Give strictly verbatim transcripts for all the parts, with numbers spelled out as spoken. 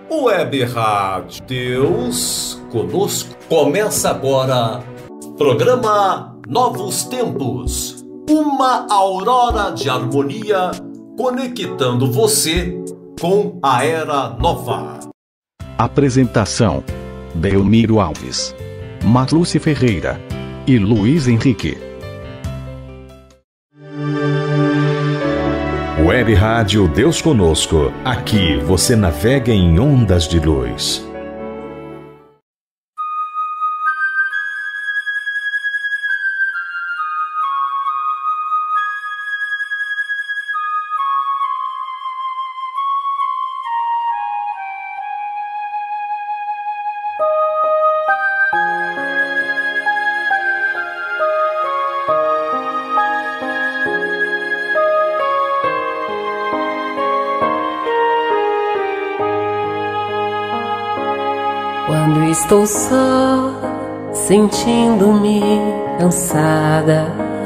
Web Rádio Deus Conosco. Começa agora programa Novos Tempos, uma aurora de harmonia conectando você com a era nova. Apresentação: Belmiro Alves, Marluce Ferreira e Luiz Henrique. Web Rádio Deus Conosco. Aqui você navega em ondas de luz. Quando estou só, sentindo-me cansada,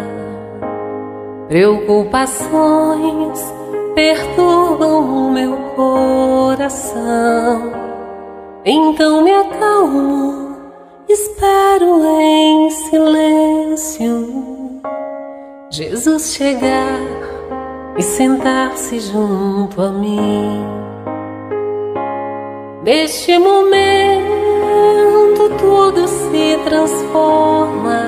preocupações perturbam o meu coração. Então me acalmo, espero em silêncio Jesus chegar e sentar-se junto a mim. Neste momento tudo se transforma.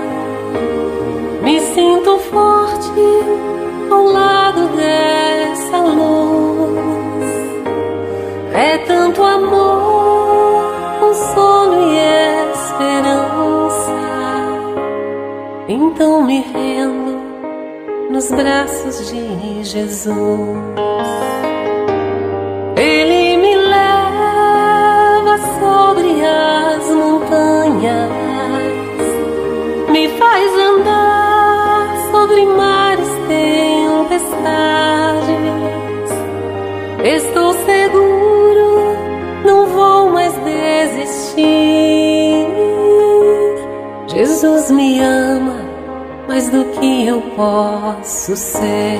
Me sinto forte ao lado dessa luz. É tanto amor, consolo e esperança. Então me rendo nos braços de Jesus. Ele me leva sobre as montanhas, me faz andar sobre mares, tempestades. Estou seguro, não vou mais desistir. Jesus me ama mais do que eu posso ser.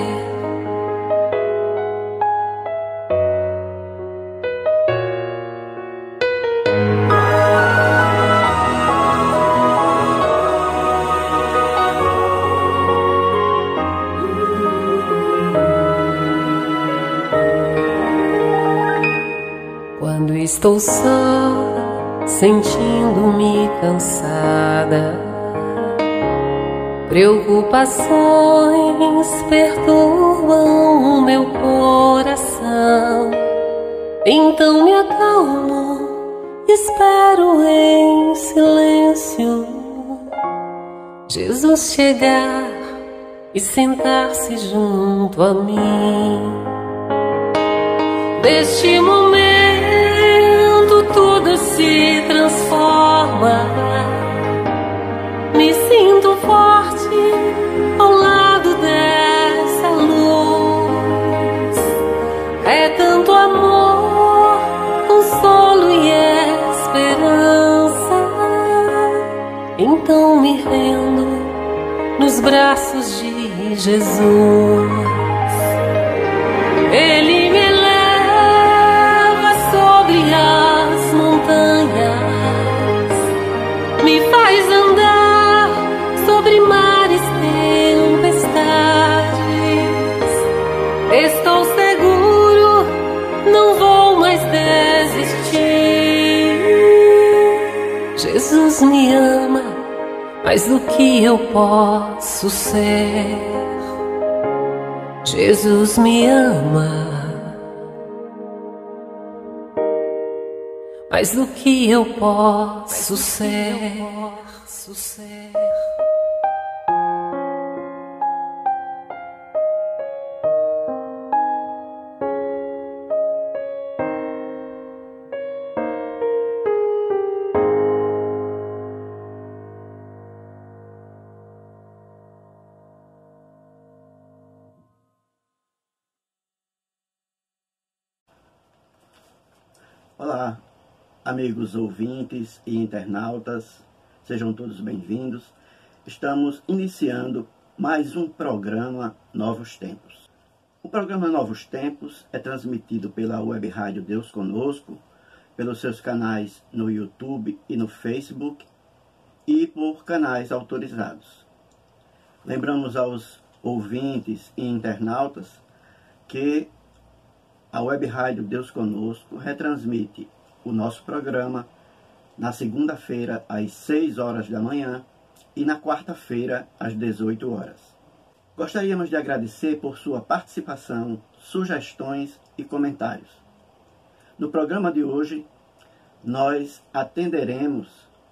Quando estou só, sentindo-me cansada, preocupações perturbam o meu coração. Então me acalmo, espero em silêncio Jesus chegar e sentar-se junto a mim. Neste momento tudo se transforma. Me sinto forte ao lado dessa luz. É tanto amor, consolo e esperança. Então me rendo nos braços de Jesus. Ele me leva sobre as montanhas, me faz andar sobre mares, tempestades. Estou seguro, não vou mais desistir. Jesus me ama mais do que eu posso ser. Jesus me ama mais do que eu posso ser. Olá, amigos ouvintes e internautas, sejam todos bem-vindos. Estamos iniciando mais um programa Novos Tempos. O programa Novos Tempos é transmitido pela Web Rádio Deus Conosco, pelos seus canais no YouTube e no Facebook e por canais autorizados. Lembramos aos ouvintes e internautas que a Web Rádio Deus Conosco retransmite o nosso programa na segunda-feira às seis horas da manhã e na quarta-feira às dezoito horas. Gostaríamos de agradecer por sua participação, sugestões e comentários. No programa de hoje, nós atenderemos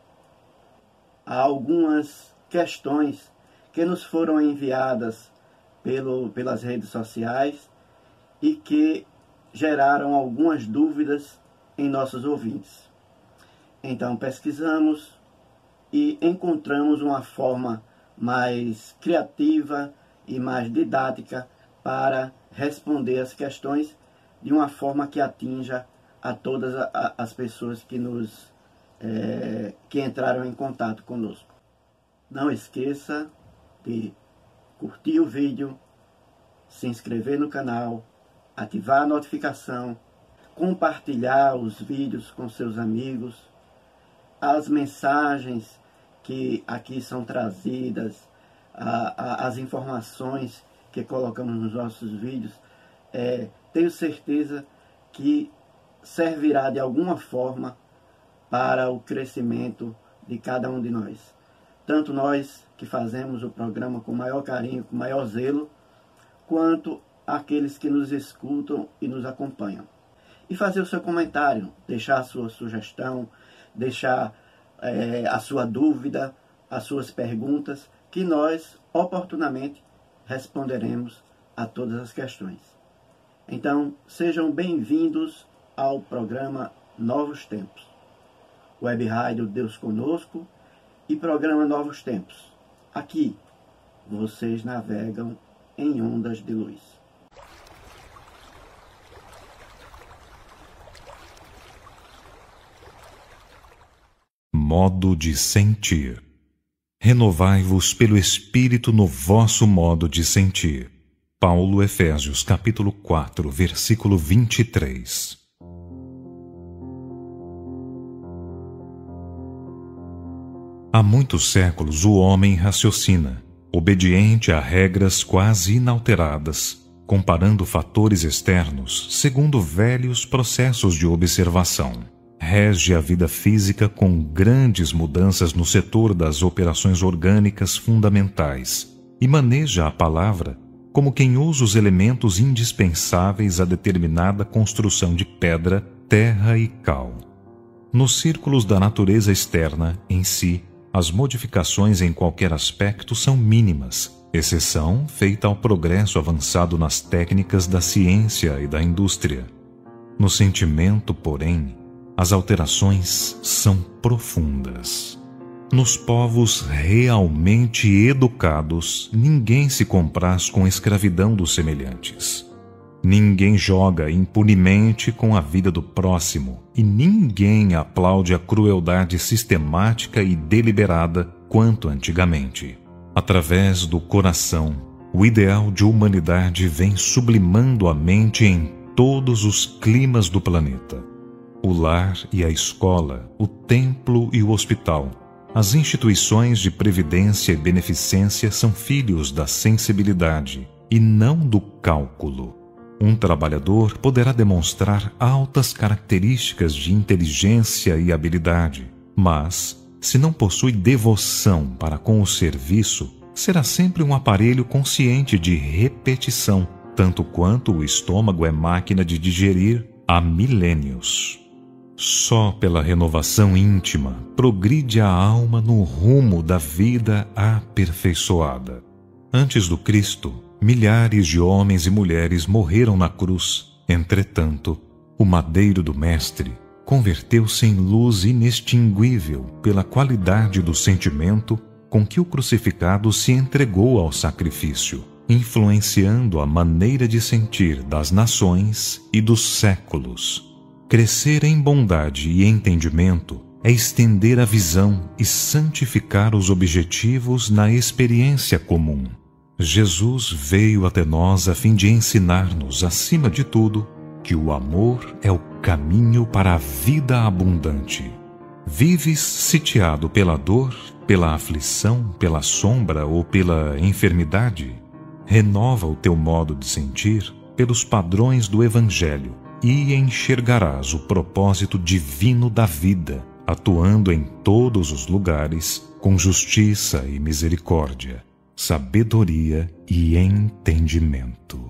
a algumas questões que nos foram enviadas pelo, pelas redes sociais e que geraram algumas dúvidas em nossos ouvintes. Então pesquisamos e encontramos uma forma mais criativa e mais didática para responder as questões de uma forma que atinja a todas as pessoas que, nos, é, que entraram em contato conosco. Não esqueça de curtir o vídeo, se inscrever no canal, ativar a notificação, compartilhar os vídeos com seus amigos, as mensagens que aqui são trazidas, a, a, as informações que colocamos nos nossos vídeos, é, tenho certeza que servirá de alguma forma para o crescimento de cada um de nós. Tanto nós que fazemos o programa com maior carinho, com maior zelo, quanto aqueles que nos escutam e nos acompanham. E fazer o seu comentário, deixar a sua sugestão, deixar é, a sua dúvida, as suas perguntas, que nós oportunamente responderemos a todas as questões. Então, sejam bem-vindos ao programa Novos Tempos. Web Rádio Deus Conosco e programa Novos Tempos. Aqui, vocês navegam em ondas de luz. Modo de sentir. Renovai-vos pelo Espírito no vosso modo de sentir. Paulo, Efésios, capítulo quatro, versículo vinte e três. Há muitos séculos o homem raciocina, obediente a regras quase inalteradas, comparando fatores externos segundo velhos processos de observação. Rege a vida física com grandes mudanças no setor das operações orgânicas fundamentais e maneja a palavra como quem usa os elementos indispensáveis a determinada construção de pedra, terra e cal. Nos círculos da natureza externa, em si, as modificações em qualquer aspecto são mínimas, exceção feita ao progresso avançado nas técnicas da ciência e da indústria. No sentimento, porém, as alterações são profundas. Nos povos realmente educados, ninguém se compraz com a escravidão dos semelhantes. Ninguém joga impunemente com a vida do próximo e ninguém aplaude a crueldade sistemática e deliberada quanto antigamente. Através do coração, o ideal de humanidade vem sublimando a mente em todos os climas do planeta. O lar e a escola, o templo e o hospital, as instituições de previdência e beneficência são filhos da sensibilidade e não do cálculo. Um trabalhador poderá demonstrar altas características de inteligência e habilidade, mas, se não possui devoção para com o serviço, será sempre um aparelho consciente de repetição, tanto quanto o estômago é máquina de digerir há milênios. Só pela renovação íntima progride a alma no rumo da vida aperfeiçoada. Antes do Cristo, milhares de homens e mulheres morreram na cruz. Entretanto, o madeiro do Mestre converteu-se em luz inextinguível pela qualidade do sentimento com que o crucificado se entregou ao sacrifício, influenciando a maneira de sentir das nações e dos séculos. Crescer em bondade e entendimento é estender a visão e santificar os objetivos na experiência comum. Jesus veio até nós a fim de ensinar-nos, acima de tudo, que o amor é o caminho para a vida abundante. Vives sitiado pela dor, pela aflição, pela sombra ou pela enfermidade? Renova o teu modo de sentir pelos padrões do Evangelho e enxergarás o propósito divino da vida, atuando em todos os lugares com justiça e misericórdia, sabedoria e entendimento.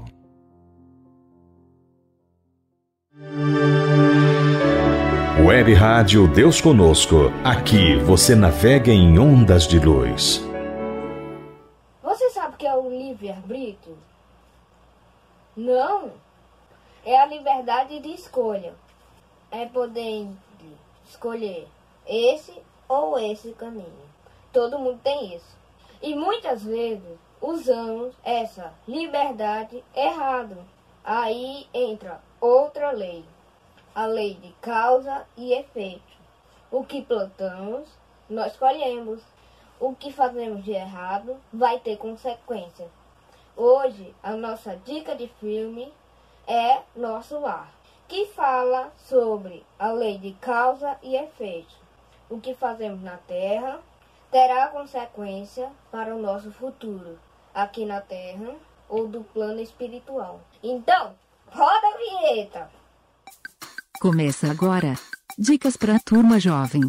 Web Rádio Deus Conosco. Aqui você navega em ondas de luz. Você sabe o que é o livre-arbítrio? Não. É a liberdade de escolha. É poder escolher esse ou esse caminho. Todo mundo tem isso. E muitas vezes usamos essa liberdade errado. Aí entra outra lei. A lei de causa e efeito. O que plantamos, nós colhemos. O que fazemos de errado vai ter consequência. Hoje, a nossa dica de filme é Nosso Lar, que fala sobre a lei de causa e efeito. O que fazemos na Terra terá consequência para o nosso futuro, aqui na Terra ou do plano espiritual. Então, roda a vinheta! Começa agora. Dicas para a turma jovem.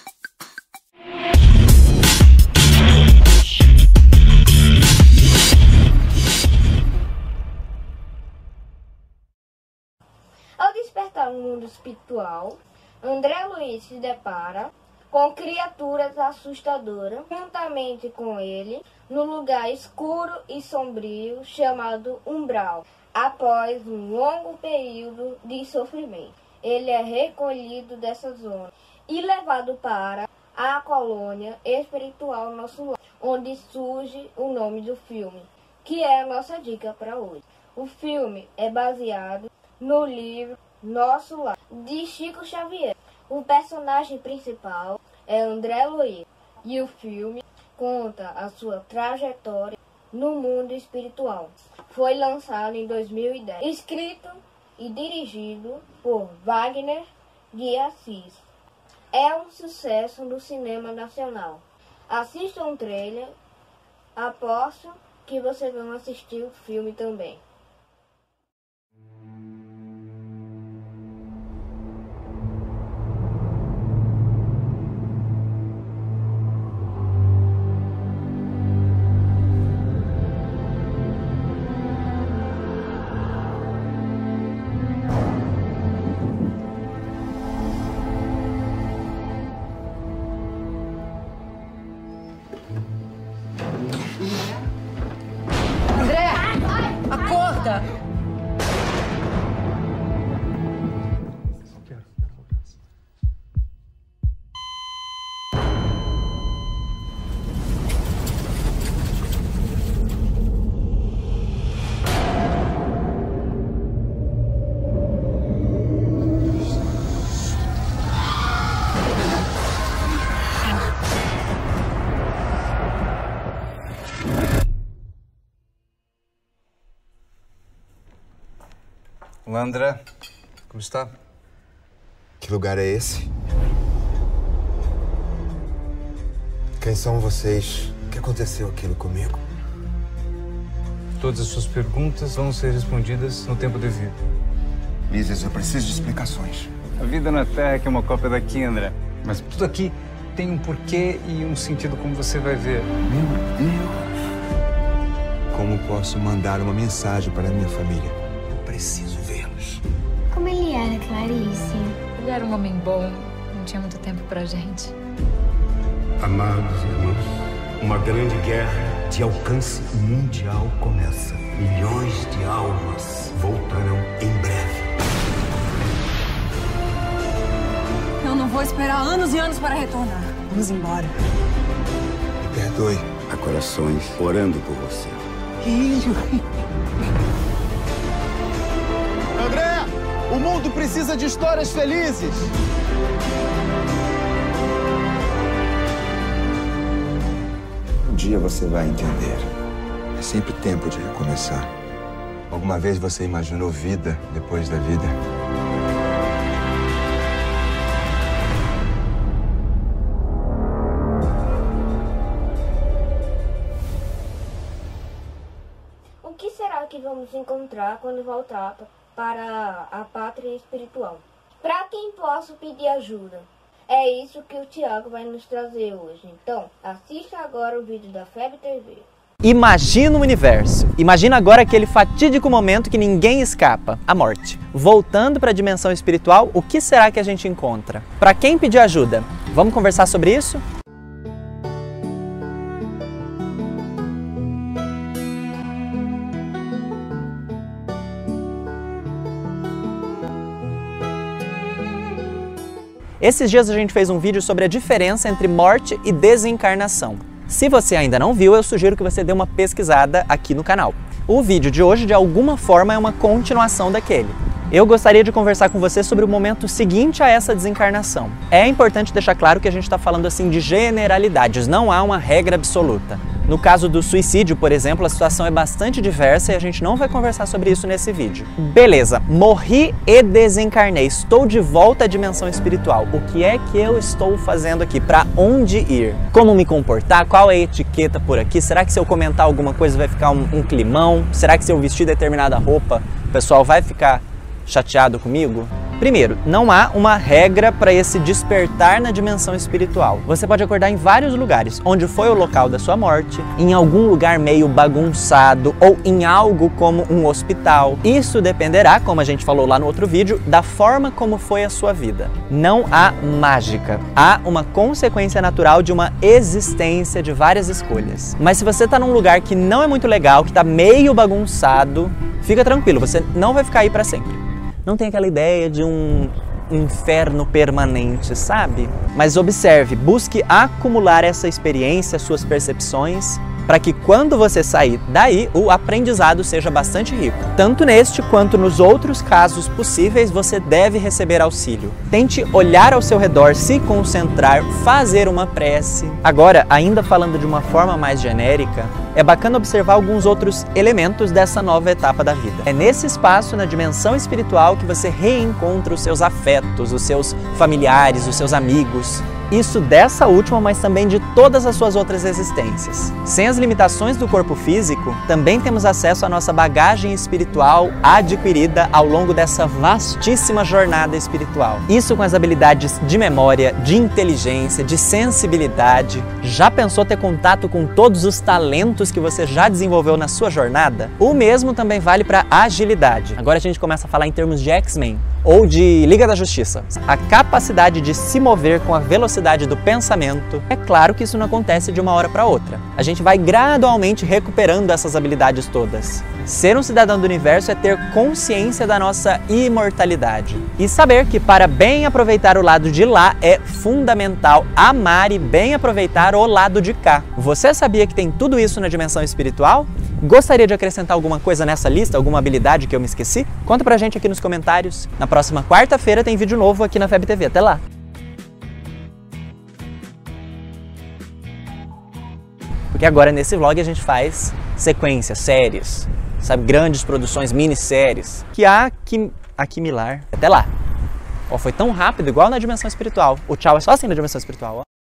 Ao despertar no mundo espiritual, André Luiz se depara com criaturas assustadoras, juntamente com ele, no lugar escuro e sombrio chamado Umbral. Após um longo período de sofrimento, ele é recolhido dessa zona e levado para a colônia espiritual Nosso Lar, onde surge o nome do filme, que é a nossa dica para hoje. O filme é baseado no livro Nosso Lar, de Chico Xavier. O personagem principal é André Luiz e o filme conta a sua trajetória no mundo espiritual. Foi lançado em dois mil e dez, escrito e dirigido por Wagner de Assis. É um sucesso no cinema nacional. Assista um trailer, aposto que vocês vão assistir o filme também. Olá, André. Como está? Que lugar é esse? Quem são vocês? O que aconteceu aquilo comigo? Todas as suas perguntas vão ser respondidas no tempo devido. Mises, eu preciso de explicações. A vida na Terra é que é uma cópia daqui, André. Mas tudo aqui tem um porquê e um sentido, como você vai ver. Meu Deus! Como posso mandar uma mensagem para a minha família? Eu preciso vê-los. Como ele era, Clarice? Ele era um homem bom, não tinha muito tempo pra gente. Amados irmãos, uma grande guerra de alcance mundial começa. Milhões de almas voltarão em breve. Eu não vou esperar anos e anos para retornar. Vamos embora. Me perdoe. Há corações orando por você. Que isso? André, o mundo precisa de histórias felizes. Um dia você vai entender. sempre tempo de recomeçar. Alguma vez você imaginou vida depois da vida? O que será que vamos encontrar quando voltar para a pátria espiritual? Para quem posso pedir ajuda? É isso que o Tiago vai nos trazer hoje. Então, assista agora o vídeo da F E B T V. Imagina o universo. Imagina agora aquele fatídico momento que ninguém escapa, a morte. Voltando para a dimensão espiritual, o que será que a gente encontra? Para quem pedir ajuda? Vamos conversar sobre isso? Esses dias a gente fez um vídeo sobre a diferença entre morte e desencarnação. Se você ainda não viu, eu sugiro que você dê uma pesquisada aqui no canal. O vídeo de hoje, de alguma forma, é uma continuação daquele. Eu gostaria de conversar com você sobre o momento seguinte a essa desencarnação. É importante deixar claro que a gente está falando assim de generalidades, não há uma regra absoluta. No caso do suicídio, por exemplo, a situação é bastante diversa e a gente não vai conversar sobre isso nesse vídeo. Beleza, morri e desencarnei, estou de volta à dimensão espiritual. O que é que eu estou fazendo aqui? Para onde ir? Como me comportar? Qual é a etiqueta por aqui? Será que se eu comentar alguma coisa vai ficar um, um climão? Será que se eu vestir determinada roupa, o pessoal vai ficar chateado comigo? Primeiro, não há uma regra para esse despertar na dimensão espiritual. Você pode acordar em vários lugares, onde foi o local da sua morte, em algum lugar meio bagunçado ou em algo como um hospital. Isso dependerá, como a gente falou lá no outro vídeo, da forma como foi a sua vida. Não há mágica. Há uma consequência natural de uma existência de várias escolhas. Mas se você está num lugar que não é muito legal, que está meio bagunçado, fica tranquilo, você não vai ficar aí para sempre. Não tem aquela ideia de um inferno permanente, sabe? Mas observe, busque acumular essa experiência, suas percepções, para que quando você sair daí, o aprendizado seja bastante rico. Tanto neste quanto nos outros casos possíveis, você deve receber auxílio. Tente olhar ao seu redor, se concentrar, fazer uma prece. Agora, ainda falando de uma forma mais genérica, é bacana observar alguns outros elementos dessa nova etapa da vida. É nesse espaço, na dimensão espiritual, que você reencontra os seus afetos, os seus familiares, os seus amigos. Isso dessa última, mas também de todas as suas outras existências. Sem as limitações do corpo físico, também temos acesso à nossa bagagem espiritual adquirida ao longo dessa vastíssima jornada espiritual. Isso com as habilidades de memória, de inteligência, de sensibilidade. Já pensou ter contato com todos os talentos que você já desenvolveu na sua jornada? O mesmo também vale para agilidade. Agora a gente começa a falar em termos de X-Men ou de Liga da Justiça. A capacidade de se mover com a velocidade do pensamento. É claro que isso não acontece de uma hora para outra. A gente vai gradualmente recuperando essas habilidades todas. Ser um cidadão do universo é ter consciência da nossa imortalidade. E saber que para bem aproveitar o lado de lá é fundamental amar e bem aproveitar o lado de cá. Você sabia que tem tudo isso na dimensão espiritual? Gostaria de acrescentar alguma coisa nessa lista, alguma habilidade que eu me esqueci? Conta pra gente aqui nos comentários. Na próxima quarta-feira tem vídeo novo aqui na F E B T V. Até lá! Porque agora nesse vlog a gente faz sequências, séries, sabe, grandes produções, minisséries, que há que aquimilar. Até lá! Ó, foi tão rápido, igual na dimensão espiritual. O tchau é só assim na dimensão espiritual, ó.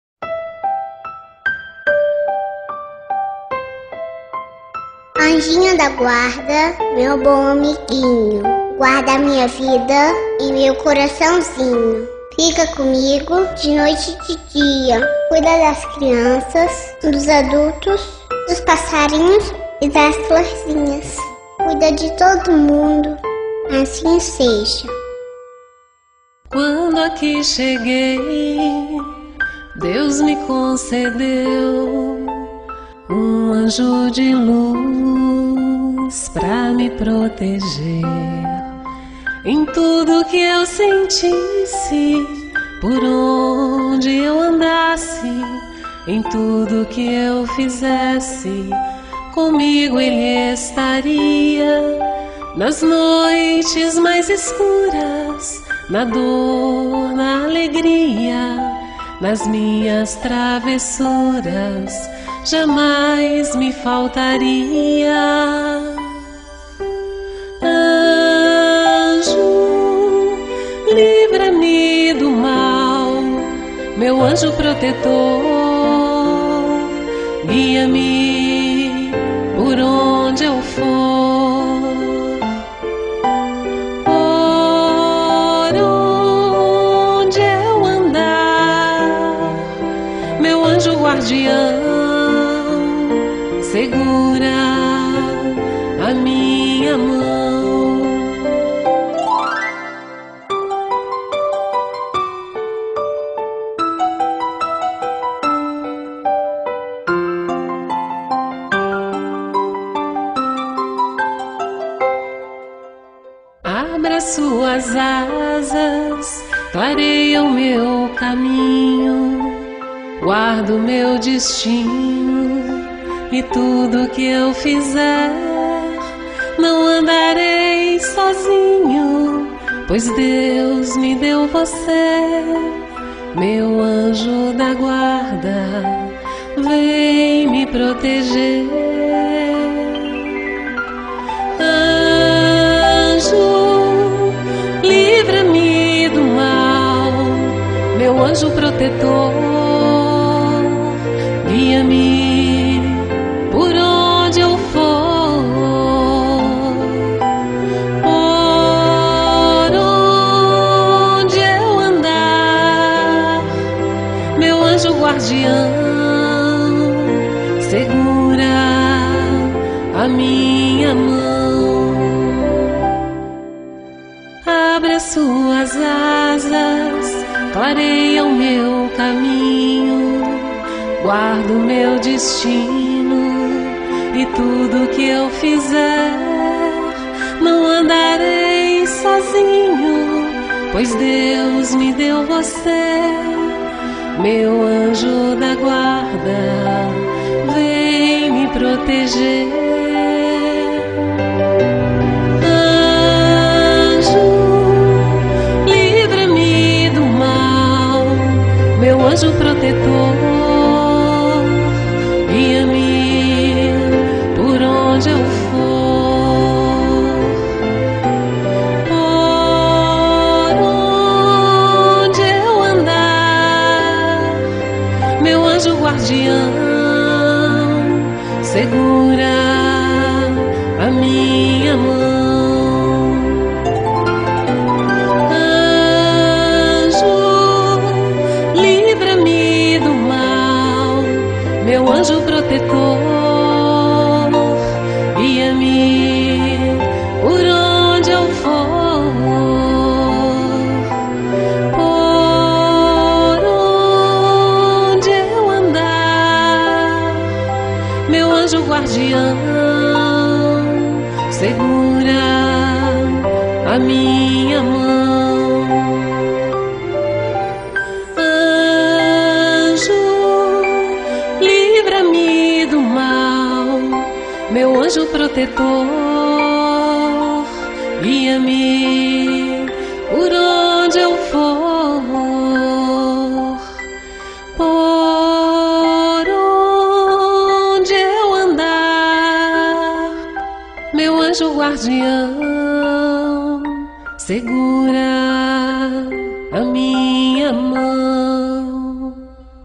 Anjinho da guarda, meu bom amiguinho, guarda minha vida e meu coraçãozinho. Fica comigo de noite e de dia. Cuida das crianças, dos adultos, dos passarinhos e das florzinhas. Cuida de todo mundo, assim seja. Quando aqui cheguei, Deus me concedeu um anjo de luz pra me proteger em tudo que eu sentisse, por onde eu andasse, em tudo que eu fizesse, comigo ele estaria, nas noites mais escuras, na dor, na alegria, nas minhas travessuras, jamais me faltaria. Anjo, livra-me do mal, meu anjo protetor, guia-me por onde eu for. Por onde eu andar, meu anjo guardião segura a minha mão. Abra suas asas, clareia o meu caminho, guarda o meu destino e tudo que eu fizer. Não andarei sozinho, pois Deus me deu você, meu anjo da guarda, vem me proteger. Anjo, livra-me do mal, meu anjo protetor, guia-me por onde eu for. Por onde eu andar, meu anjo guardião segura a minha mão. Abra suas asas, clareia o meu caminho, guarda o meu destino e tudo que eu fizer. Não andarei sozinho, pois Deus me deu você, meu anjo da guarda, vem me proteger. Anjo protetor, guia-me por onde eu for. Por onde eu andar, meu anjo guardião segura a minha mão. Meu anjo protetor, guia-me por onde eu for. Por onde eu andar, meu anjo guardião segura a minha mão. Meu anjo protetor, guia-me por onde eu for. Por onde eu andar, meu anjo guardião segura a minha mão.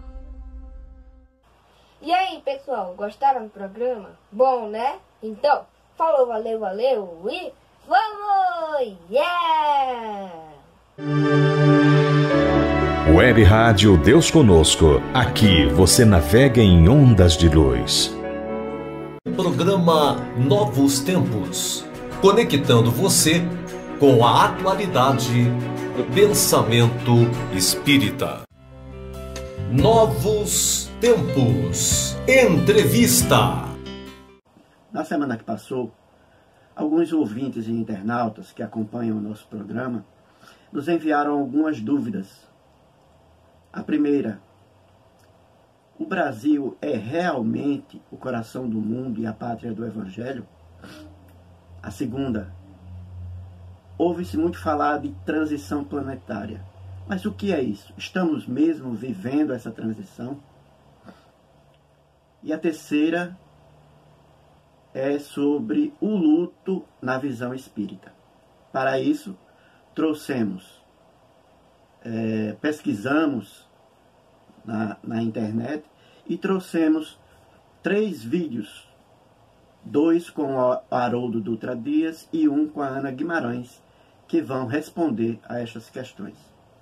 E aí, pessoal, gostaram do programa? Bom, né? Então, falou, valeu, valeu e vamos! Yeah! Web Rádio Deus Conosco. Aqui você navega em ondas de luz. Programa Novos Tempos. Conectando você com a atualidade do pensamento espírita. Novos Tempos. Entrevista. Na semana que passou, alguns ouvintes e internautas que acompanham o nosso programa nos enviaram algumas dúvidas. A primeira: o Brasil é realmente o coração do mundo e a pátria do Evangelho? A segunda: ouve-se muito falar de transição planetária. Mas o que é isso? Estamos mesmo vivendo essa transição? E a terceira é sobre o luto na visão espírita. Para isso, trouxemos, é, pesquisamos na, na internet e trouxemos três vídeos, dois com o Haroldo Dutra Dias e um com a Ana Guimarães, que vão responder a estas questões.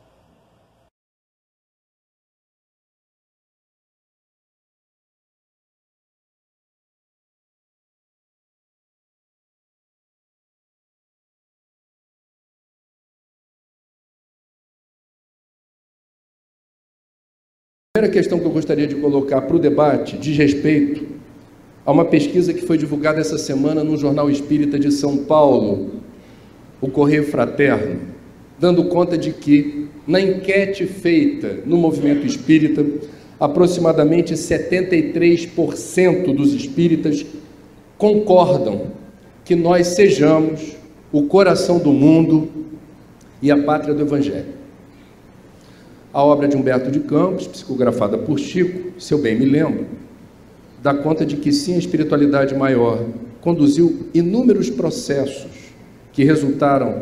A primeira questão que eu gostaria de colocar para o debate diz respeito a uma pesquisa que foi divulgada essa semana no Jornal Espírita de São Paulo, o Correio Fraterno, dando conta de que, na enquete feita no movimento espírita, aproximadamente setenta e três por cento dos espíritas concordam que nós sejamos o coração do mundo e a pátria do Evangelho. A obra de Humberto de Campos, psicografada por Chico, se eu bem me lembro, dá conta de que sim, a espiritualidade maior conduziu inúmeros processos que resultaram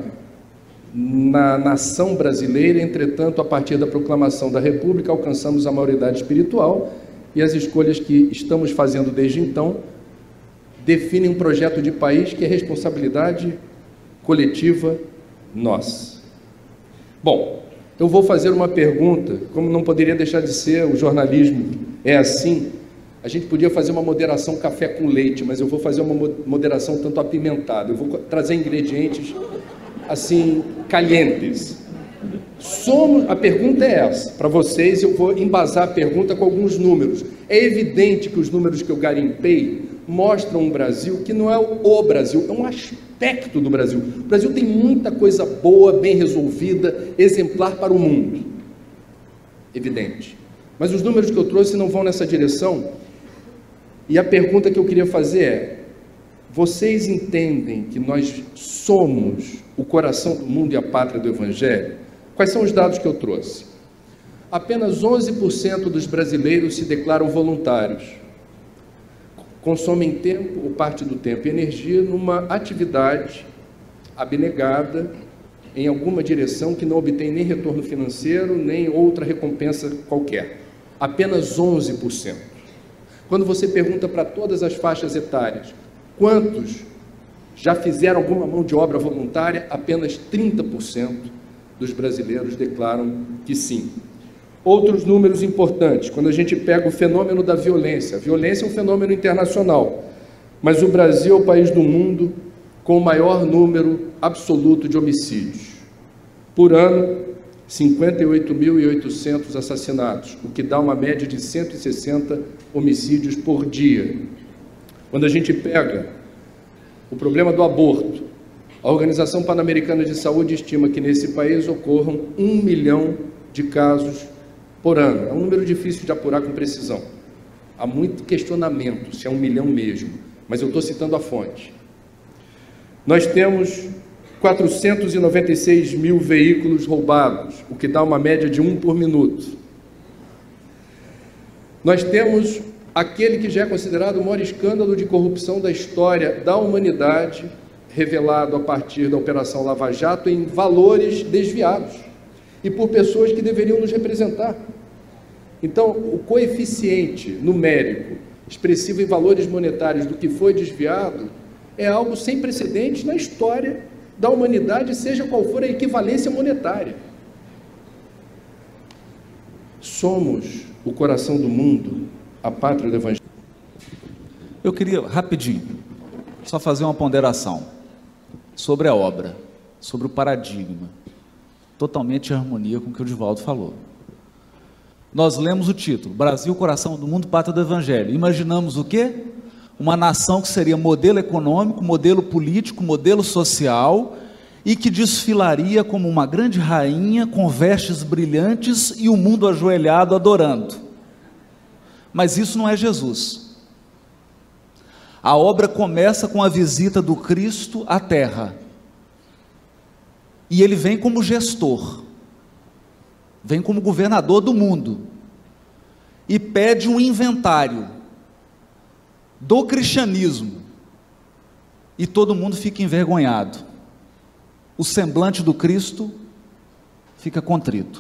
na nação brasileira. Entretanto, a partir da proclamação da República, alcançamos a maioridade espiritual e as escolhas que estamos fazendo desde então definem um projeto de país que é responsabilidade coletiva nossa. Bom, eu vou fazer uma pergunta, como não poderia deixar de ser, o jornalismo é assim, a gente podia fazer uma moderação café com leite, mas eu vou fazer uma moderação tanto apimentada, eu vou trazer ingredientes assim, calientes. Somos, a pergunta é essa, para vocês eu vou embasar a pergunta com alguns números. É evidente que os números que eu garimpei mostram um Brasil que não é o Brasil, é um aspecto do Brasil. O Brasil tem muita coisa boa, bem resolvida, exemplar para o mundo. Evidente. Mas os números que eu trouxe não vão nessa direção. E a pergunta que eu queria fazer é: vocês entendem que nós somos o coração do mundo e a pátria do Evangelho? Quais são os dados que eu trouxe? Apenas onze por cento dos brasileiros se declaram voluntários. Consomem tempo, ou parte do tempo e energia, numa atividade abnegada em alguma direção que não obtém nem retorno financeiro, nem outra recompensa qualquer. Apenas onze por cento. Quando você pergunta para todas as faixas etárias, quantos já fizeram alguma mão de obra voluntária, apenas trinta por cento dos brasileiros declaram que sim. Outros números importantes, quando a gente pega o fenômeno da violência. A violência é um fenômeno internacional, mas o Brasil é o país do mundo com o maior número absoluto de homicídios. Por ano, cinquenta e oito mil e oitocentos assassinatos, o que dá uma média de cento e sessenta homicídios por dia. Quando a gente pega o problema do aborto, a Organização Pan-Americana de Saúde estima que nesse país ocorram um milhão de casos por ano. É um número difícil de apurar com precisão. Há muito questionamento se é um milhão mesmo, mas eu estou citando a fonte. Nós temos quatrocentos e noventa e seis mil veículos roubados, o que dá uma média de um por minuto. Nós temos aquele que já é considerado o maior escândalo de corrupção da história da humanidade, revelado a partir da Operação Lava Jato em valores desviados e por pessoas que deveriam nos representar. Então, o coeficiente numérico expressivo em valores monetários do que foi desviado é algo sem precedentes na história da humanidade, seja qual for a equivalência monetária. Somos o coração do mundo, a pátria do Evangelho. Eu queria, rapidinho, só fazer uma ponderação sobre a obra, sobre o paradigma, totalmente em harmonia com o que o Divaldo falou. Nós lemos o título, Brasil, coração do mundo, pátria do Evangelho. Imaginamos o quê? Uma nação que seria modelo econômico, modelo político, modelo social e que desfilaria como uma grande rainha com vestes brilhantes e o mundo ajoelhado adorando. Mas isso não é Jesus. A obra começa com a visita do Cristo à Terra. E ele vem como gestor, vem como governador do mundo, e pede um inventário. do cristianismo e todo mundo fica envergonhado. O semblante do Cristo fica contrito.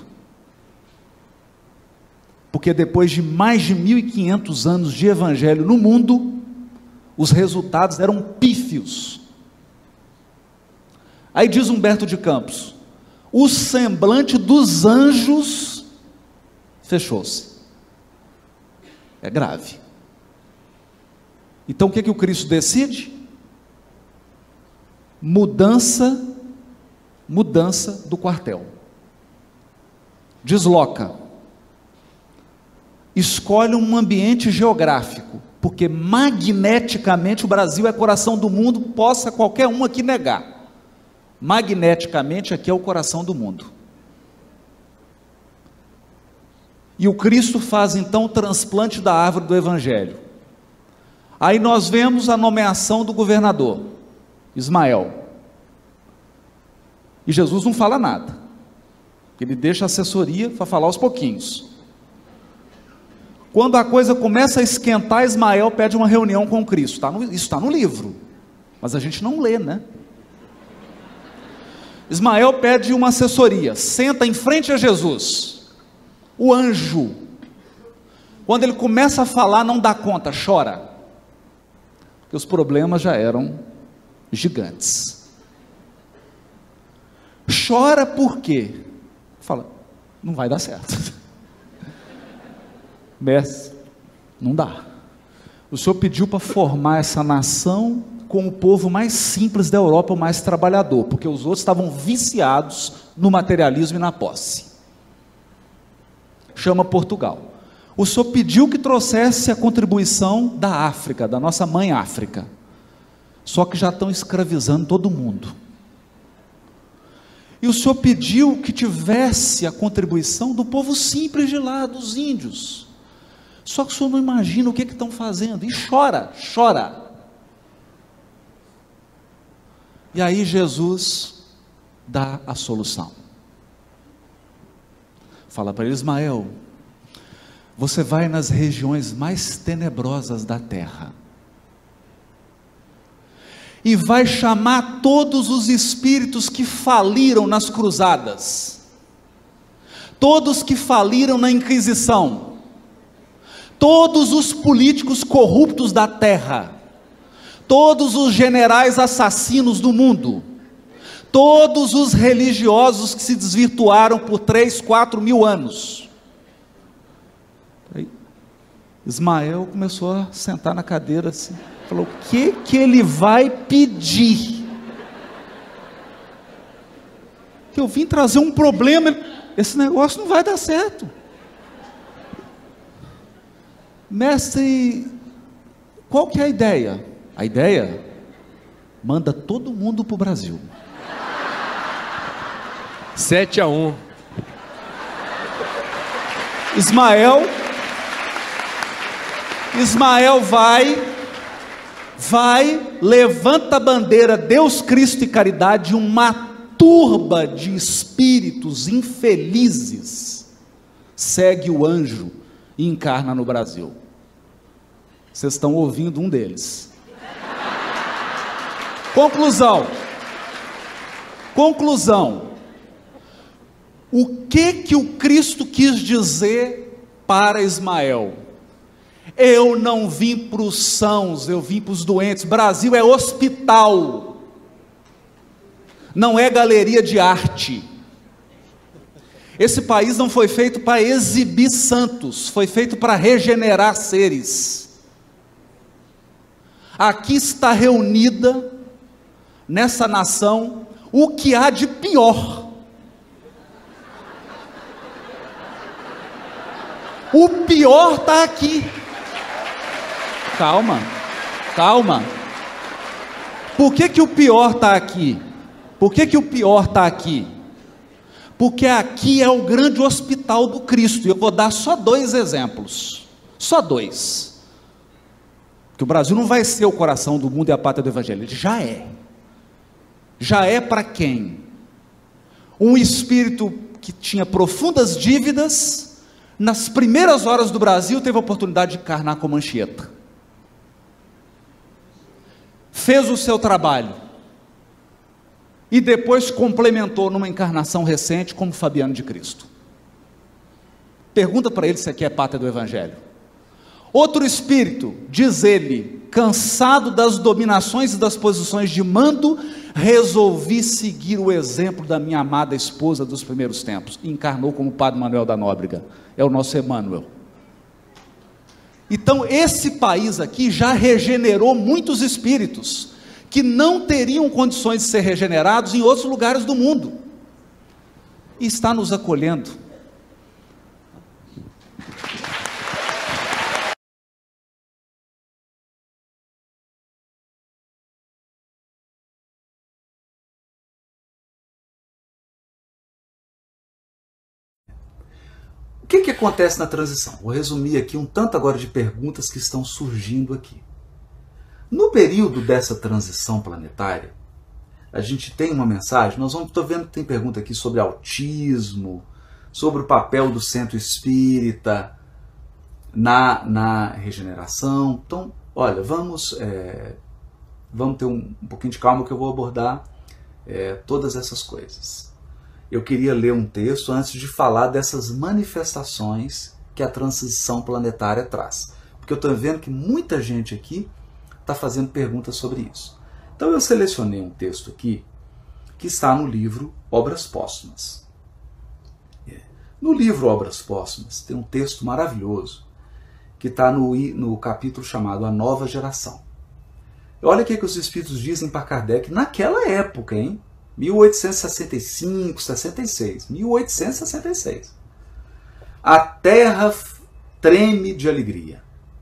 Porque depois de mais de mil e quinhentos anos de evangelho no mundo, os resultados eram pífios. Aí diz Humberto de Campos: o semblante dos anjos fechou-se. É grave. Então o que, que o Cristo decide? Mudança, mudança do quartel. Desloca. Escolhe um ambiente geográfico, porque magneticamente o Brasil é coração do mundo, possa qualquer um aqui negar. Magneticamente aqui é o coração do mundo. E o Cristo faz então o transplante da árvore do Evangelho. Aí nós vemos a nomeação do governador, Ismael. E Jesus não fala nada. Ele deixa a assessoria para falar aos pouquinhos. Quando a coisa começa a esquentar, Ismael pede uma reunião com Cristo. Tá no, isso está no livro, mas a gente não lê, né? Ismael pede uma assessoria, senta em frente a Jesus. O anjo, quando ele começa a falar, não dá conta, chora, porque os problemas já eram gigantes. Chora por quê? Fala, não vai dar certo. Mestre, não dá. O Senhor pediu para formar essa nação com o povo mais simples da Europa, o mais trabalhador, porque os outros estavam viciados no materialismo e na posse. Chama Portugal. O Senhor pediu que trouxesse a contribuição da África, da nossa mãe África. Só que já estão escravizando todo mundo. E o Senhor pediu que tivesse a contribuição do povo simples de lá, dos índios. Só que o Senhor não imagina o que, que estão fazendo. E chora, chora. E aí Jesus dá a solução. Fala para ele: Ismael, você vai nas regiões mais tenebrosas da terra e vai chamar todos os espíritos que faliram nas cruzadas, todos que faliram na Inquisição, todos os políticos corruptos da terra, todos os generais assassinos do mundo, todos os religiosos que se desvirtuaram por três, quatro mil anos. Aí, Ismael começou a sentar na cadeira assim, falou: o que que ele vai pedir? Que eu vim trazer um problema, esse negócio não vai dar certo. Mestre, qual que é a ideia? A ideia? Manda todo mundo para o Brasil. sete a um. Ismael, Ismael vai, vai, levanta a bandeira Deus, Cristo e Caridade, uma turba de espíritos infelizes, segue o anjo e encarna no Brasil. Vocês estão ouvindo um deles. Conclusão. Conclusão. O que que o Cristo quis dizer para Ismael? Eu não vim para os sãos, eu vim para os doentes. Brasil é hospital, não é galeria de arte. Esse país não foi feito para exibir santos, foi feito para regenerar seres. Aqui está reunida, nessa nação, o que há de pior. O pior está aqui. Calma, calma. Por que que o pior está aqui? Por que que o pior está aqui? Porque aqui é o grande hospital do Cristo. E eu vou dar só dois exemplos. Só dois. Que o Brasil não vai ser o coração do mundo e a pátria do Evangelho. Ele já é. Já é para quem? Um espírito que tinha profundas dívidas, nas primeiras horas do Brasil, teve a oportunidade de encarnar com Anchieta. fez o seu trabalho e depois complementou numa encarnação recente como Fabiano de Cristo. Pergunta para ele se aqui é pátria do Evangelho. Outro espírito, diz ele, cansado das dominações e das posições de mando, resolvi seguir o exemplo da minha amada esposa dos primeiros tempos. E encarnou como Padre Manuel da Nóbrega. É o nosso Emmanuel. Então esse país aqui já regenerou muitos espíritos que não teriam condições de ser regenerados em outros lugares do mundo. E está nos acolhendo. O que que acontece na transição? Vou resumir aqui um tanto agora de perguntas que estão surgindo aqui. No período dessa transição planetária, a gente tem uma mensagem, nós vamos, estou vendo que tem pergunta aqui sobre autismo, sobre o papel do centro espírita na, na regeneração. Então, olha, vamos, é, vamos ter um, um pouquinho de calma que eu vou abordar é, todas essas coisas. Eu queria ler um texto antes de falar dessas manifestações que a transição planetária traz. Porque eu estou vendo que muita gente aqui está fazendo perguntas sobre isso. Então eu selecionei um texto aqui que está no livro Obras Póstumas. No livro Obras Póstumas tem um texto maravilhoso que está no, no capítulo chamado A Nova Geração. Olha o que, que os espíritos dizem para Kardec naquela época, hein? mil oitocentos e sessenta e cinco, sessenta e seis. mil oitocentos e sessenta e seis. A terra treme de alegria.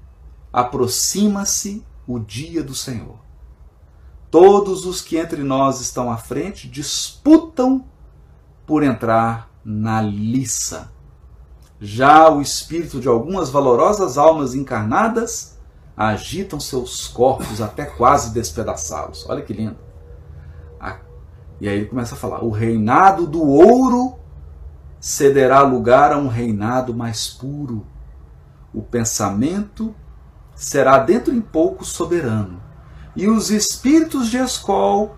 Aproxima-se o dia do Senhor. Todos os que entre nós estão à frente disputam por entrar na liça. Já o espírito de algumas valorosas almas encarnadas agitam seus corpos até quase despedaçá-los. Olha que lindo. E aí ele começa a falar, o reinado do ouro cederá lugar a um reinado mais puro. O pensamento será dentro em pouco soberano. E os espíritos de escol,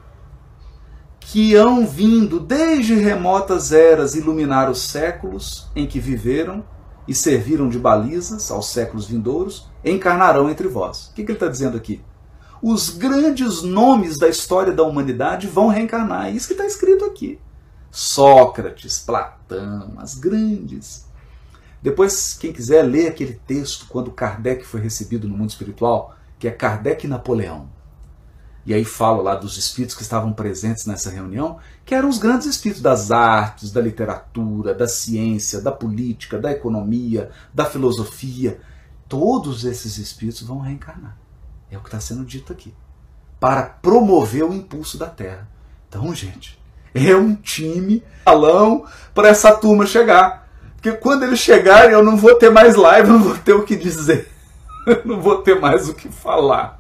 que hão vindo desde remotas eras iluminar os séculos em que viveram e serviram de balizas aos séculos vindouros, encarnarão entre vós. O que, que ele está dizendo aqui? Os grandes nomes da história da humanidade vão reencarnar. É isso que está escrito aqui. Sócrates, Platão, as grandes. Depois, quem quiser ler aquele texto, quando Kardec foi recebido no mundo espiritual, que é Kardec e Napoleão. E aí falo lá dos espíritos que estavam presentes nessa reunião, que eram os grandes espíritos das artes, da literatura, da ciência, da política, da economia, da filosofia. Todos esses espíritos vão reencarnar. É o que está sendo dito aqui. Para promover o impulso da Terra. Então, gente, é um time balão para essa turma chegar. Porque quando eles chegarem, eu não vou ter mais live, eu não vou ter o que dizer. Eu não vou ter mais o que falar.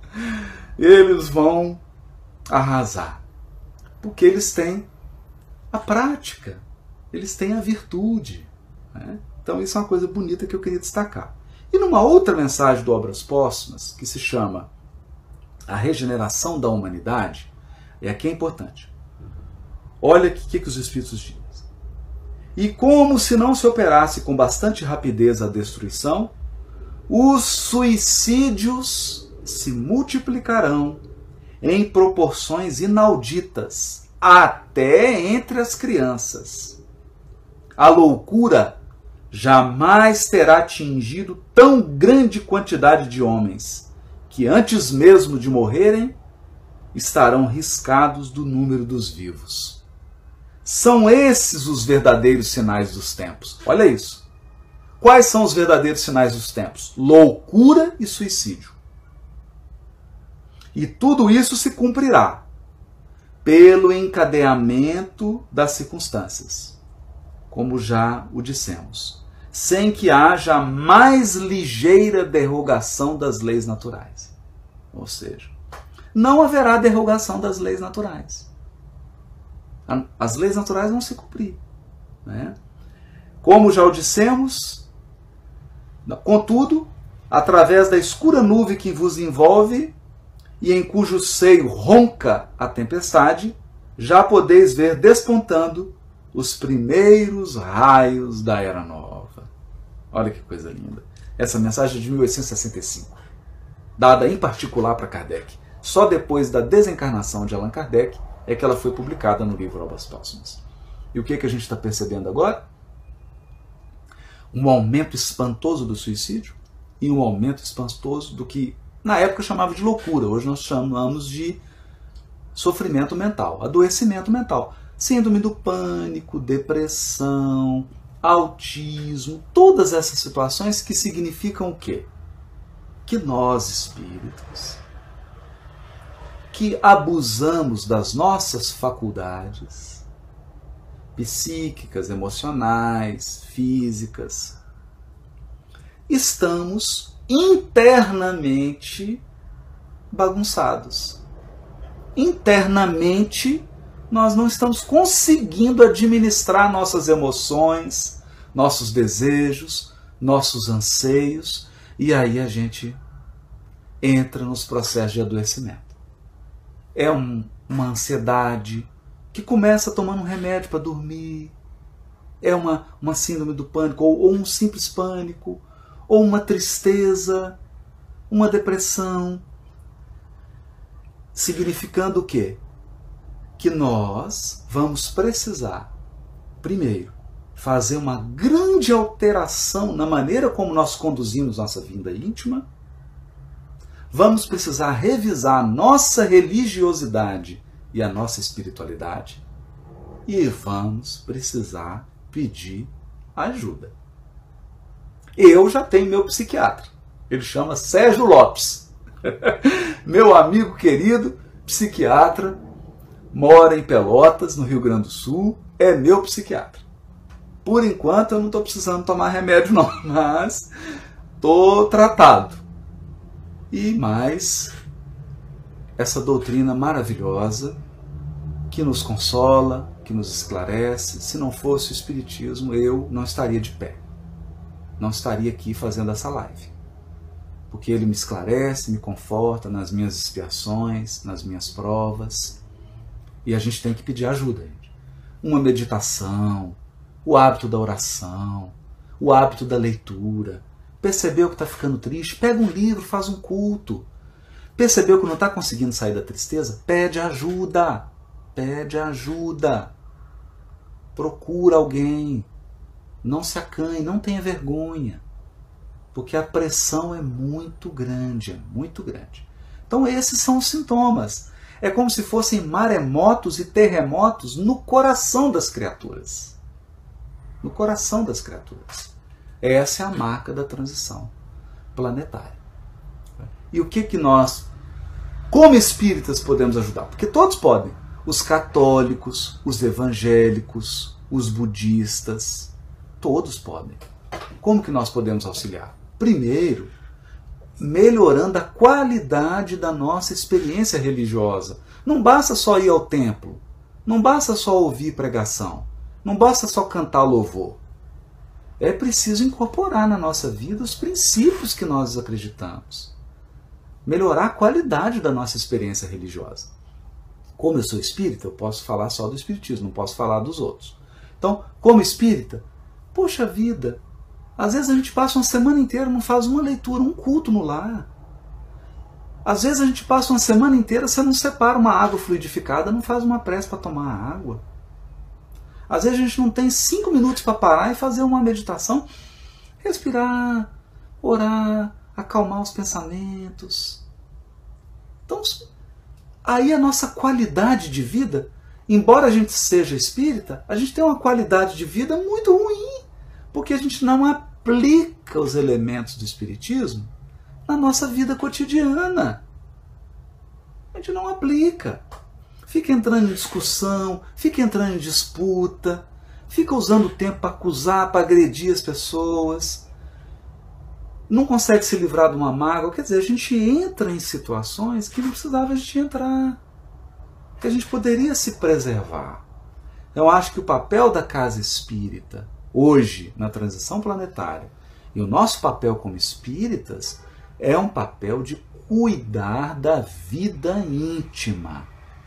Eles vão arrasar. Porque eles têm a prática. Eles têm a virtude. Né? Então, isso é uma coisa bonita que eu queria destacar. E numa outra mensagem do Obras Póstumas, que se chama A Regeneração da Humanidade, e aqui é importante. Olha o que, que os Espíritos dizem. E como se não se operasse com bastante rapidez a destruição, os suicídios se multiplicarão em proporções inauditas, até entre as crianças. A loucura jamais terá atingido tão grande quantidade de homens, que antes mesmo de morrerem, estarão riscados do número dos vivos. São esses os verdadeiros sinais dos tempos. Olha isso. Quais são os verdadeiros sinais dos tempos? Loucura e suicídio. E tudo isso se cumprirá pelo encadeamento das circunstâncias, como já o dissemos, sem que haja a mais ligeira derrogação das leis naturais. Ou seja, não haverá derrogação das leis naturais. As leis naturais vão se cumprir. Né? Como já o dissemos, contudo, através da escura nuvem que vos envolve e em cujo seio ronca a tempestade, já podeis ver despontando os primeiros raios da Era Nova. Olha que coisa linda. Essa mensagem é de mil oitocentos e sessenta e cinco, dada em particular para Kardec. Só depois da desencarnação de Allan Kardec é que ela foi publicada no livro Obras Póstumas. E o que, é que a gente está percebendo agora? Um aumento espantoso do suicídio e um aumento espantoso do que na época chamava de loucura, hoje nós chamamos de sofrimento mental, adoecimento mental. Síndrome do pânico, depressão, autismo, todas essas situações que significam o quê? Que nós, espíritos, que abusamos das nossas faculdades psíquicas, emocionais, físicas, estamos internamente bagunçados. Internamente, nós não estamos conseguindo administrar nossas emoções, nossos desejos, nossos anseios, e aí a gente entra nos processos de adoecimento. É um, uma ansiedade que começa tomando um remédio para dormir, é uma, uma síndrome do pânico, ou, ou um simples pânico, ou uma tristeza, uma depressão, significando o quê? Que nós vamos precisar, primeiro, fazer uma grande alteração na maneira como nós conduzimos nossa vida íntima, vamos precisar revisar a nossa religiosidade e a nossa espiritualidade, e vamos precisar pedir ajuda. Eu já tenho meu psiquiatra, ele chama Sérgio Lopes, meu amigo querido, psiquiatra, mora em Pelotas, no Rio Grande do Sul, é meu psiquiatra. Por enquanto eu não estou precisando tomar remédio não, mas estou tratado. E mais essa doutrina maravilhosa que nos consola, que nos esclarece. Se não fosse o Espiritismo, eu não estaria de pé. Não estaria aqui fazendo essa live. Porque ele me esclarece, me conforta nas minhas expiações, nas minhas provas. E a gente tem que pedir ajuda. Gente. Uma meditação, o hábito da oração, o hábito da leitura. Percebeu que está ficando triste? Pega um livro, faz um culto. Percebeu que não está conseguindo sair da tristeza? Pede ajuda. Pede ajuda. Procura alguém. Não se acanhe, não tenha vergonha. Porque a pressão é muito grande, é muito grande. Então esses são os sintomas. É como se fossem maremotos e terremotos no coração das criaturas. No coração das criaturas. Essa é a marca da transição planetária. E o que, que nós, como espíritas, podemos ajudar? Porque todos podem. Os católicos, os evangélicos, os budistas, todos podem. Como que nós podemos auxiliar? Primeiro, melhorando a qualidade da nossa experiência religiosa. Não basta só ir ao templo, não basta só ouvir pregação, não basta só cantar louvor. É preciso incorporar na nossa vida os princípios que nós acreditamos. Melhorar a qualidade da nossa experiência religiosa. Como eu sou espírita, eu posso falar só do espiritismo, não posso falar dos outros. Então, como espírita, poxa vida, às vezes a gente passa uma semana inteira, não faz uma leitura, um culto no lar. Às vezes a gente passa uma semana inteira, você não separa uma água fluidificada, não faz uma prece para tomar água. Às vezes a gente não tem cinco minutos para parar e fazer uma meditação, respirar, orar, acalmar os pensamentos. Então, aí a nossa qualidade de vida, embora a gente seja espírita, a gente tem uma qualidade de vida muito ruim, porque a gente não aplica os elementos do espiritismo na nossa vida cotidiana. A gente não aplica. Fica entrando em discussão, fica entrando em disputa, fica usando o tempo para acusar, para agredir as pessoas. Não consegue se livrar de uma mágoa. Quer dizer, a gente entra em situações que não precisava a gente entrar. Que a gente poderia se preservar. Eu acho que o papel da casa espírita, hoje, na transição planetária, e o nosso papel como espíritas, é um papel de cuidar da vida íntima.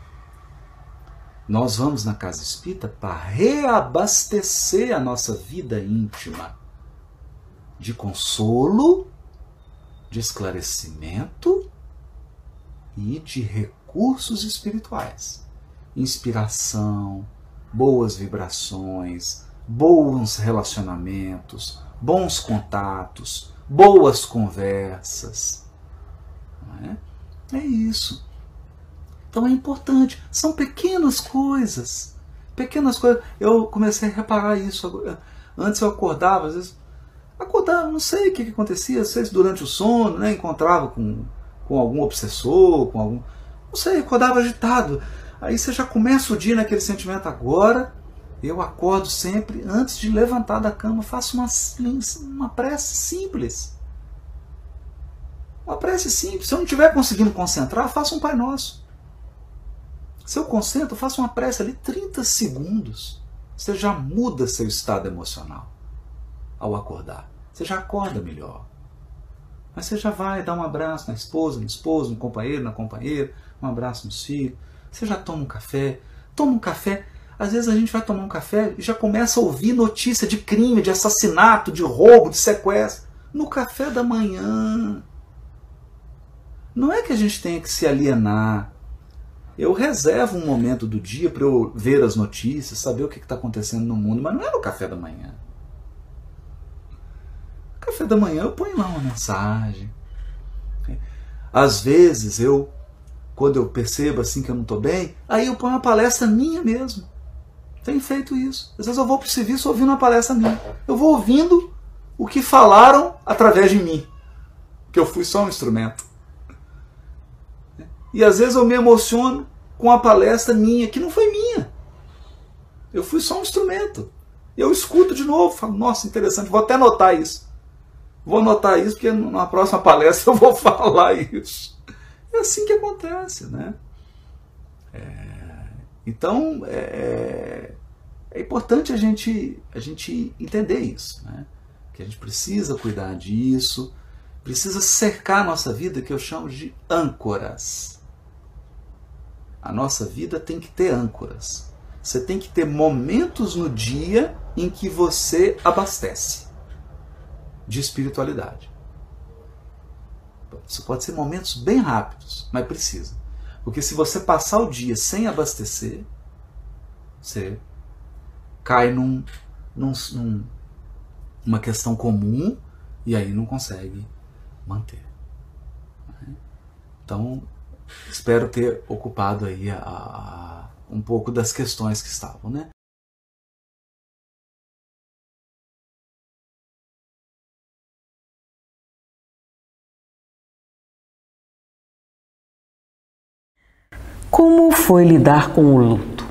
Nós vamos na casa espírita para reabastecer a nossa vida íntima de consolo, de esclarecimento e de recursos espirituais. Inspiração, boas vibrações, bons relacionamentos, bons contatos, boas conversas. Não é? É isso. Então é importante. São pequenas coisas. Pequenas coisas. Eu comecei a reparar isso. Antes eu acordava, às vezes, acordava, não sei o que, que acontecia, às vezes durante o sono, né, encontrava com, com algum obsessor, com algum... Não sei, acordava agitado. Aí você já começa o dia naquele sentimento. Agora eu acordo sempre, antes de levantar da cama, faço uma, uma prece simples. Uma prece simples. Se eu não estiver conseguindo concentrar, faço um Pai Nosso. Se eu concentro, faço uma prece ali, trinta segundos. Você já muda seu estado emocional ao acordar. Você já acorda melhor. Mas você já vai dar um abraço na esposa, no esposo, no companheiro, na companheira, um abraço nos filhos. Você já toma um café. Toma um café. Às vezes a gente vai tomar um café e já começa a ouvir notícia de crime, de assassinato, de roubo, de sequestro. No café da manhã. Não é que a gente tenha que se alienar. Eu reservo um momento do dia para eu ver as notícias, saber o que está acontecendo no mundo, mas não é no café da manhã. No café da manhã eu ponho lá uma mensagem. Às vezes eu, quando eu percebo assim que eu não estou bem, aí eu ponho uma palestra minha mesmo. Tenho feito isso. Às vezes eu vou para o serviço ouvindo uma palestra minha. Eu vou ouvindo o que falaram através de mim, que eu fui só um instrumento. E às vezes eu me emociono com a palestra minha, que não foi minha. Eu fui só um instrumento. Eu escuto de novo, falo, nossa, interessante, vou até anotar isso. Vou anotar isso, porque na próxima palestra eu vou falar isso. É assim que acontece, né? É, então, é, é importante a gente, a gente entender isso, né? Que a gente precisa cuidar disso, precisa cercar a nossa vida, que eu chamo de âncoras. A nossa vida tem que ter âncoras. Você tem que ter momentos no dia em que você abastece de espiritualidade. Isso pode ser momentos bem rápidos, mas precisa. Porque se você passar o dia sem abastecer, você cai num, num, num, numa questão comum e aí não consegue manter. Então, espero ter ocupado aí a, a, um pouco das questões que estavam, né? Como foi lidar com o luto?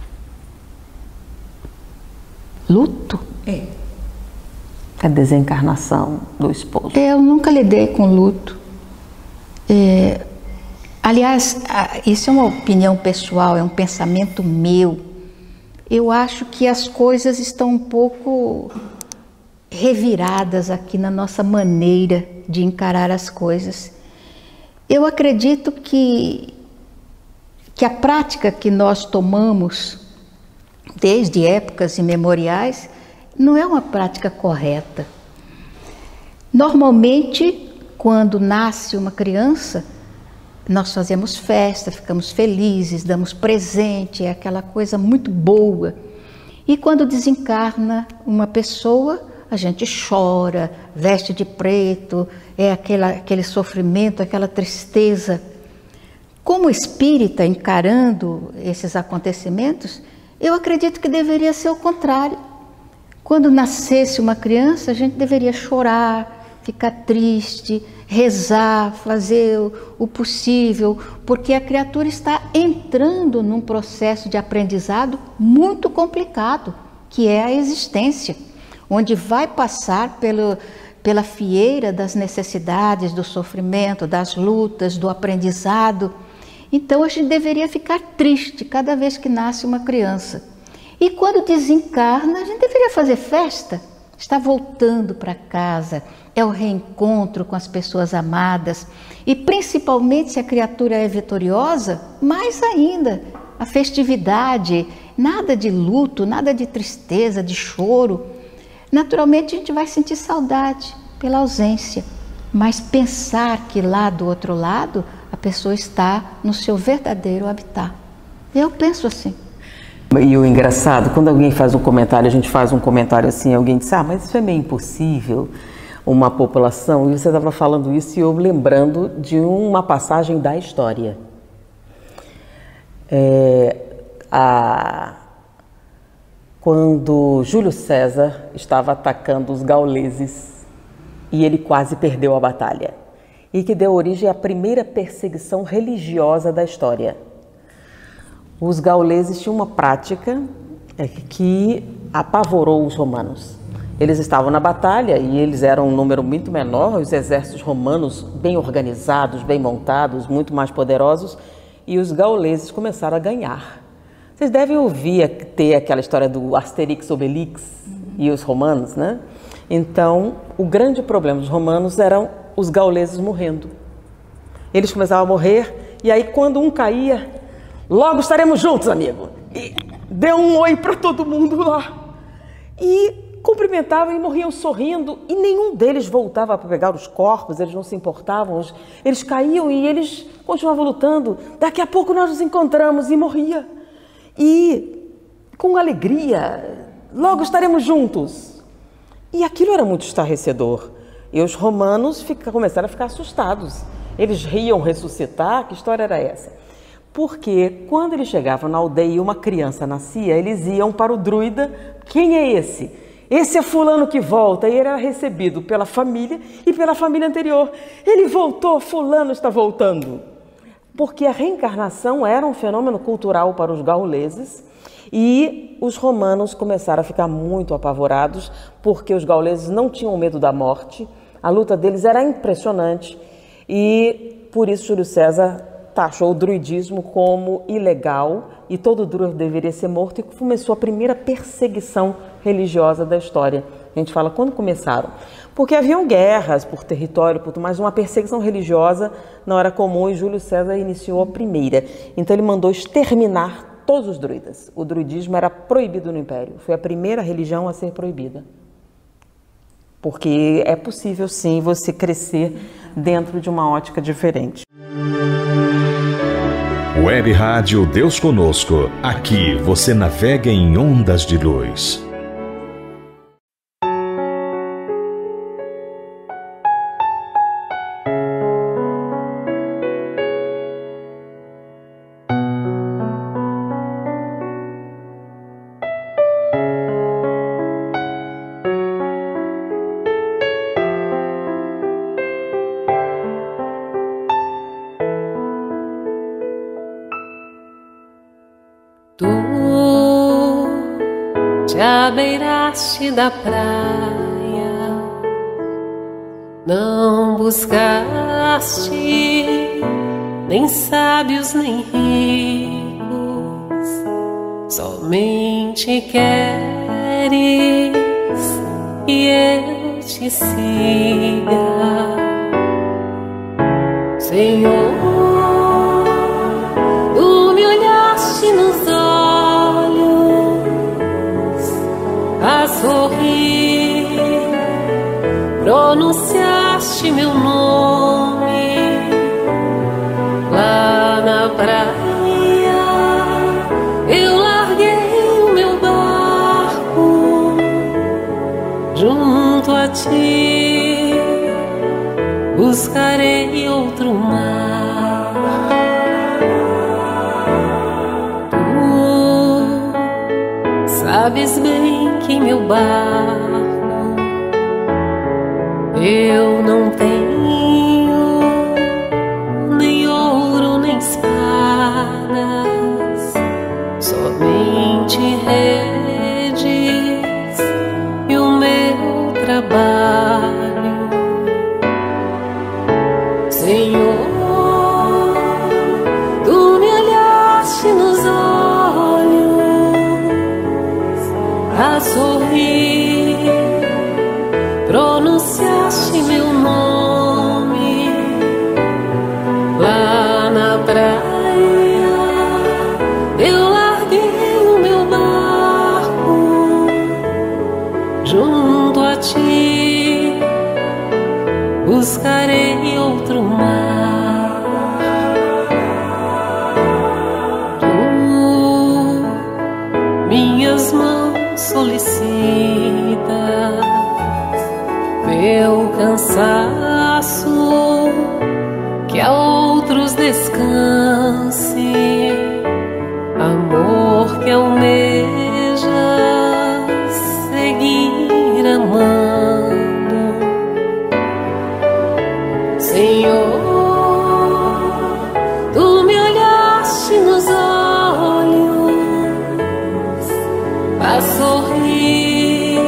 Luto? É. A desencarnação do esposo. Eu nunca lidei com luto. É, aliás, isso é uma opinião pessoal, é um pensamento meu. Eu acho que as coisas estão um pouco reviradas aqui na nossa maneira de encarar as coisas. Eu acredito que que a prática que nós tomamos desde épocas imemoriais não é uma prática correta. Normalmente, quando nasce uma criança, nós fazemos festa, ficamos felizes, damos presente, é aquela coisa muito boa. E quando desencarna uma pessoa, a gente chora, veste de preto, é aquela, aquele sofrimento, aquela tristeza. Como espírita, encarando esses acontecimentos, eu acredito que deveria ser o contrário. Quando nascesse uma criança, a gente deveria chorar, ficar triste, rezar, fazer o possível, porque a criatura está entrando num processo de aprendizado muito complicado, que é a existência, onde vai passar pelo, pela fieira das necessidades, do sofrimento, das lutas, do aprendizado. Então a gente deveria ficar triste cada vez que nasce uma criança. E quando desencarna, a gente deveria fazer festa, está voltando para casa, é o reencontro com as pessoas amadas e principalmente se a criatura é vitoriosa, mais ainda, a festividade, nada de luto, nada de tristeza, de choro. Naturalmente a gente vai sentir saudade pela ausência, mas pensar que lá do outro lado a pessoa está no seu verdadeiro habitat. Eu penso assim. E o engraçado, quando alguém faz um comentário, a gente faz um comentário assim, alguém diz, ah, mas isso é meio impossível, uma população, e você estava falando isso e eu lembrando de uma passagem da história. É, a, quando Júlio César estava atacando os gauleses e ele quase perdeu a batalha, e que deu origem à primeira perseguição religiosa da história. Os gauleses tinham uma prática que apavorou os romanos. Eles estavam na batalha e eles eram um número muito menor, os exércitos romanos bem organizados, bem montados, muito mais poderosos, e os gauleses começaram a ganhar. Vocês devem ouvir ter aquela história do Asterix Obelix e os romanos, né? Então, o grande problema dos romanos eram os gauleses morrendo. Eles começavam a morrer e aí quando um caía, logo estaremos juntos, amigo. E deu um oi para todo mundo lá. E cumprimentavam e morriam sorrindo e nenhum deles voltava para pegar os corpos, eles não se importavam, eles caíam e eles continuavam lutando. Daqui a pouco nós nos encontramos e morria. E com alegria, logo estaremos juntos. E aquilo era muito estarrecedor. E os romanos fica, começaram a ficar assustados. Eles riam ressuscitar, que história era essa? Porque quando eles chegavam na aldeia e uma criança nascia, eles iam para o druida. Quem é esse? Esse é fulano que volta, e ele era recebido pela família e pela família anterior. Ele voltou, fulano está voltando. Porque a reencarnação era um fenômeno cultural para os gauleses e os romanos começaram a ficar muito apavorados porque os gauleses não tinham medo da morte, a luta deles era impressionante e por isso Júlio César taxou o druidismo como ilegal e todo druida deveria ser morto e começou a primeira perseguição religiosa da história. A gente fala, quando começaram? Porque haviam guerras por território, mas uma perseguição religiosa não era comum e Júlio César iniciou a primeira. Então ele mandou exterminar todos os druidas. O druidismo era proibido no Império. Foi a primeira religião a ser proibida. Porque é possível sim você crescer dentro de uma ótica diferente. Web Rádio Deus Conosco. Aqui você navega em ondas de luz. Te abeiraste da praia, não buscaste nem sábios nem ricos, somente queres que eu te siga, Senhor. Tu me olhaste nos a sorrir, pronunciaste meu nome lá na praia. Eu larguei o meu barco junto a ti, buscarei outro mar. Tu sabes bem que meu barco eu não tenho nem ouro nem espadas, somente redes e o meu trabalho, Senhor. Tu me olhaste nos olhos a sorrir, pronunciaste meu nome lá na praia. Eu larguei o meu barco junto a ti, buscarei outro mar. Tu minhas mãos solicitas, meu cansaço, que a outros descanse, amor que almeja seguir amando. Senhor, tu me olhaste nos olhos a sorrir,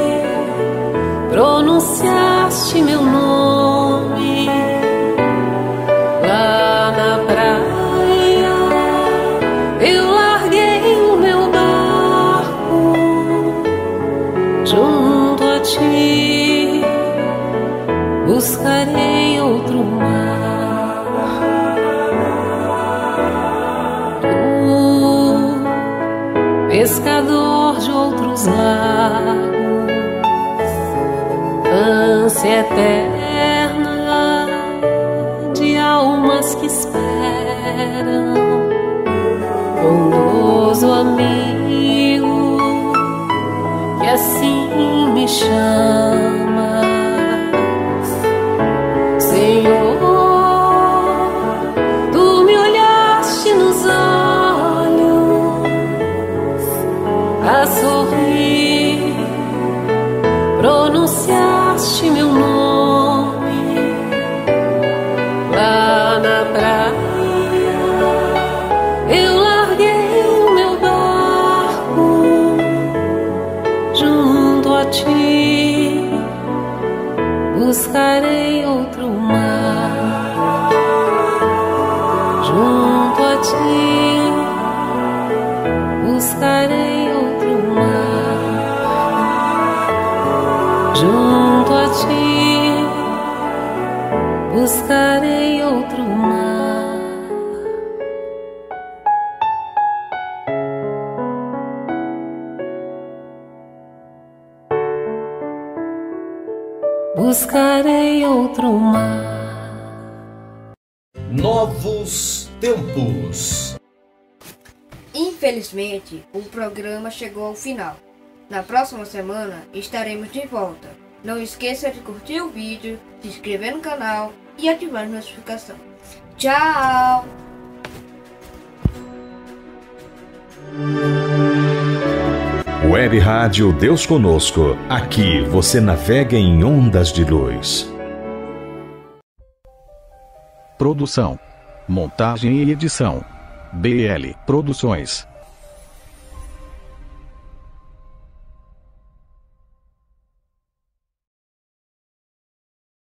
pronunciaste meu nome lá na praia. Eu larguei o meu barco junto a ti, buscarei outro mar. Tu, pescador de outros lagos, ânsia eterna de almas que esperam, bondoso amigo que assim me chama. Senhor, tu me olhaste nos olhos a sorrir, pronunciaste meu nome lá na praia. Eu larguei o meu barco junto a ti, buscarei outro mar. Junto a ti, buscarei outro mar. Junto a ti, buscarei outro mar. Buscarei outro mar. Novos tempos. Infelizmente, o programa chegou ao final. Na próxima semana estaremos de volta. Não esqueça de curtir o vídeo, se inscrever no canal e ativar a notificação. Tchau! Web Rádio Deus Conosco. Aqui você navega em ondas de luz. Produção, montagem e edição: B L Produções.